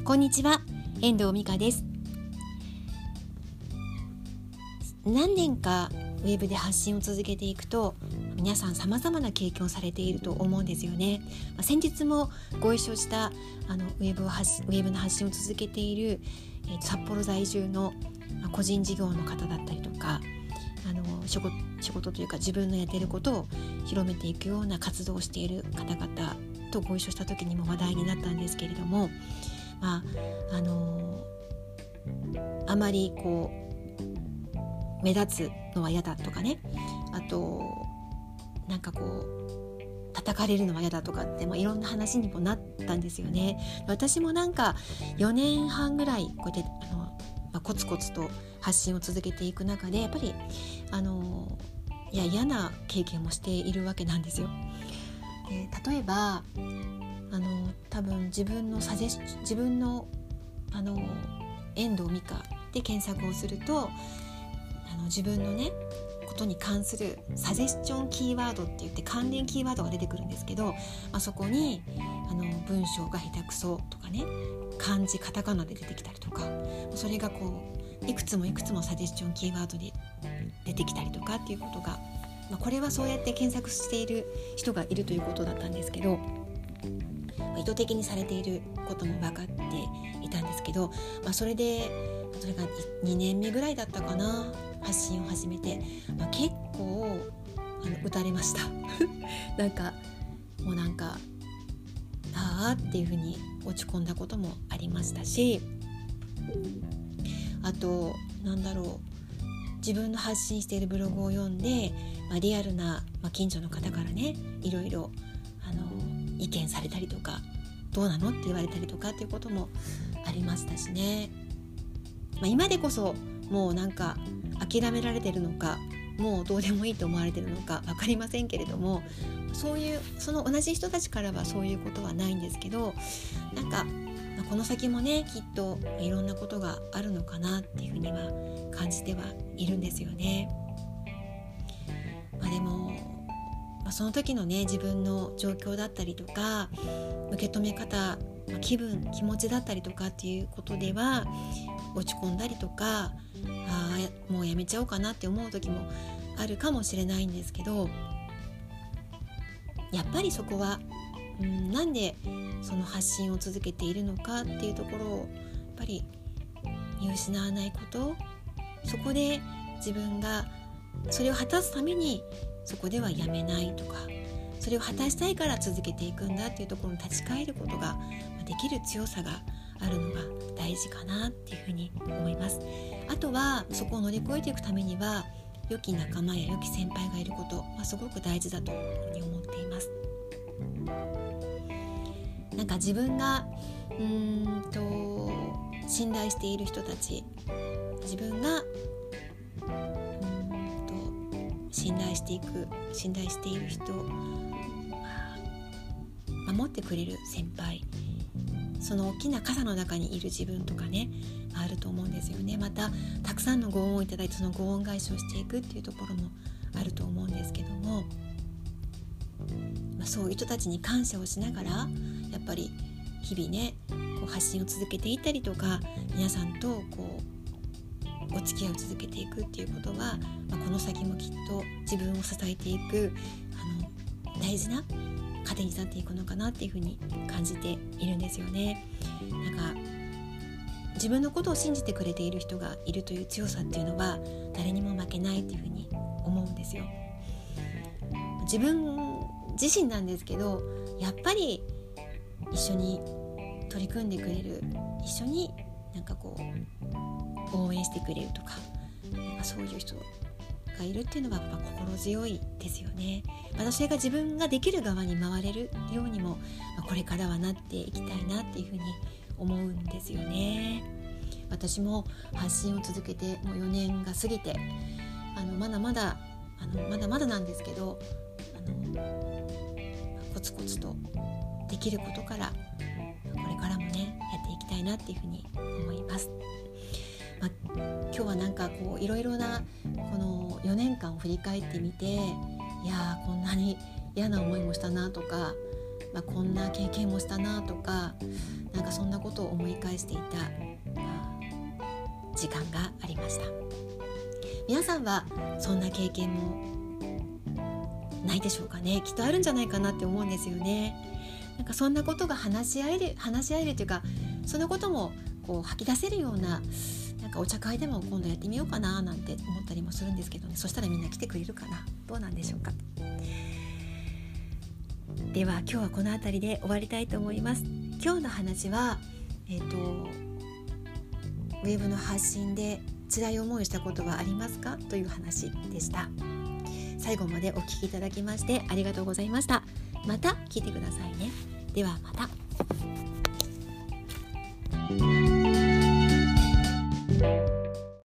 こんにちは、遠藤美香です。何年かウェブで発信を続けていくと、皆さん様々な経験をされていると思うんですよね。先日もご一緒したウェブの発信を続けている、札幌在住の個人事業の方だったりとか、仕事というか自分のやっていることを広めていくような活動をしている方々とご一緒した時にも話題になったんですけれども、あまり目立つのは嫌だとかね、あと叩かれるのは嫌だとかって、いろんな話にもなったんですよね。私も4年半ぐらいこうやってコツコツと発信を続けていく中で、やっぱり嫌な経験もしているわけなんですよ。例えば多分自分の遠藤美香で検索をすると自分のねことに関するサジェスチョンキーワードって言って関連キーワードが出てくるんですけど、そこに文章が下手くそとかね、漢字カタカナで出てきたりとか、それがいくつもサジェスチョンキーワードで出てきたりとかっていうことが、これはそうやって検索している人がいるということだったんですけど、意図的にされていることも分かっていたんですけど、それが2年目ぐらいだったかな、発信を始めて、結構打たれましたっていうふうに落ち込んだこともありましたし、あと自分の発信しているブログを読んで、リアルな、近所の方からねいろいろ意見されたりとか、どうなのって言われたりとかっていうこともありましたしね。今でこそもう諦められてるのか、もうどうでもいいと思われてるのか分かりませんけれども、その同じ人たちからはそういうことはないんですけど、この先もねきっといろんなことがあるのかなっていうふうには感じてはいるんですよね。でもその時のね自分の状況だったりとか受け止め方、気持ちだったりとかっていうことでは落ち込んだりとか、もうやめちゃおうかなって思う時もあるかもしれないんですけど、やっぱりそこはなんでその発信を続けているのかっていうところをやっぱり見失わないこと、そこで自分がそれを果たすためにそこではやめないとか、それを果たしたいから続けていくんだっていうところに立ち返ることができる強さがあるのが大事かなっていうふうに思います。あとはそこを乗り越えていくためには良き仲間や良き先輩がいること、すごく大事だというふうに思っています。自分が信頼している人たち、自分が信頼している人、守ってくれる先輩、その大きな傘の中にいる自分とかねあると思うんですよね。またたくさんのご恩をいただいて、そのご恩返しをしていくっていうところもあると思うんですけども、そういう人たちに感謝をしながらやっぱり日々ね発信を続けていったりとか、皆さんとお付き合いを続けていくっていうことは、この先もきっと自分を支えていく大事な糧になっていくのかなっていうふうに感じているんですよね。自分のことを信じてくれている人がいるという強さっていうのは誰にも負けないっていうふうに思うんですよ。自分自身なんですけど、やっぱり一緒に取り組んでくれる、一緒に応援してくれるとか、そういう人がいるっていうのはやっぱ心強いですよね。それが自分ができる側に回れるようにも、これからはなっていきたいなっていうふうに思うんですよね。私も発信を続けてもう4年が過ぎて、まだまだなんですけど、コツコツとできることからこれからもねやっていきたいなっていうふうに思います。今日はいろいろなこの4年間を振り返ってみて、こんなに嫌な思いもしたなとか、 こんな経験もしたなとか、なんかそんなことを思い返していた、時間がありました。皆さんはそんな経験もないでしょうかね。きっとあるんじゃないかなって思うんですよね。なんかそんなことが話し合えるというか、そのこともこう吐き出せるような、なんかお茶会でも今度やってみようかななんて思ったりもするんですけどね。そしたらみんな来てくれるかな、どうなんでしょうか。では今日はこの辺りで終わりたいと思います。今日の話はウェブの発信で辛い思いをしたことはありますかという話でした。最後までお聞きいただきましてありがとうございました。また聞いてくださいね。ではまた。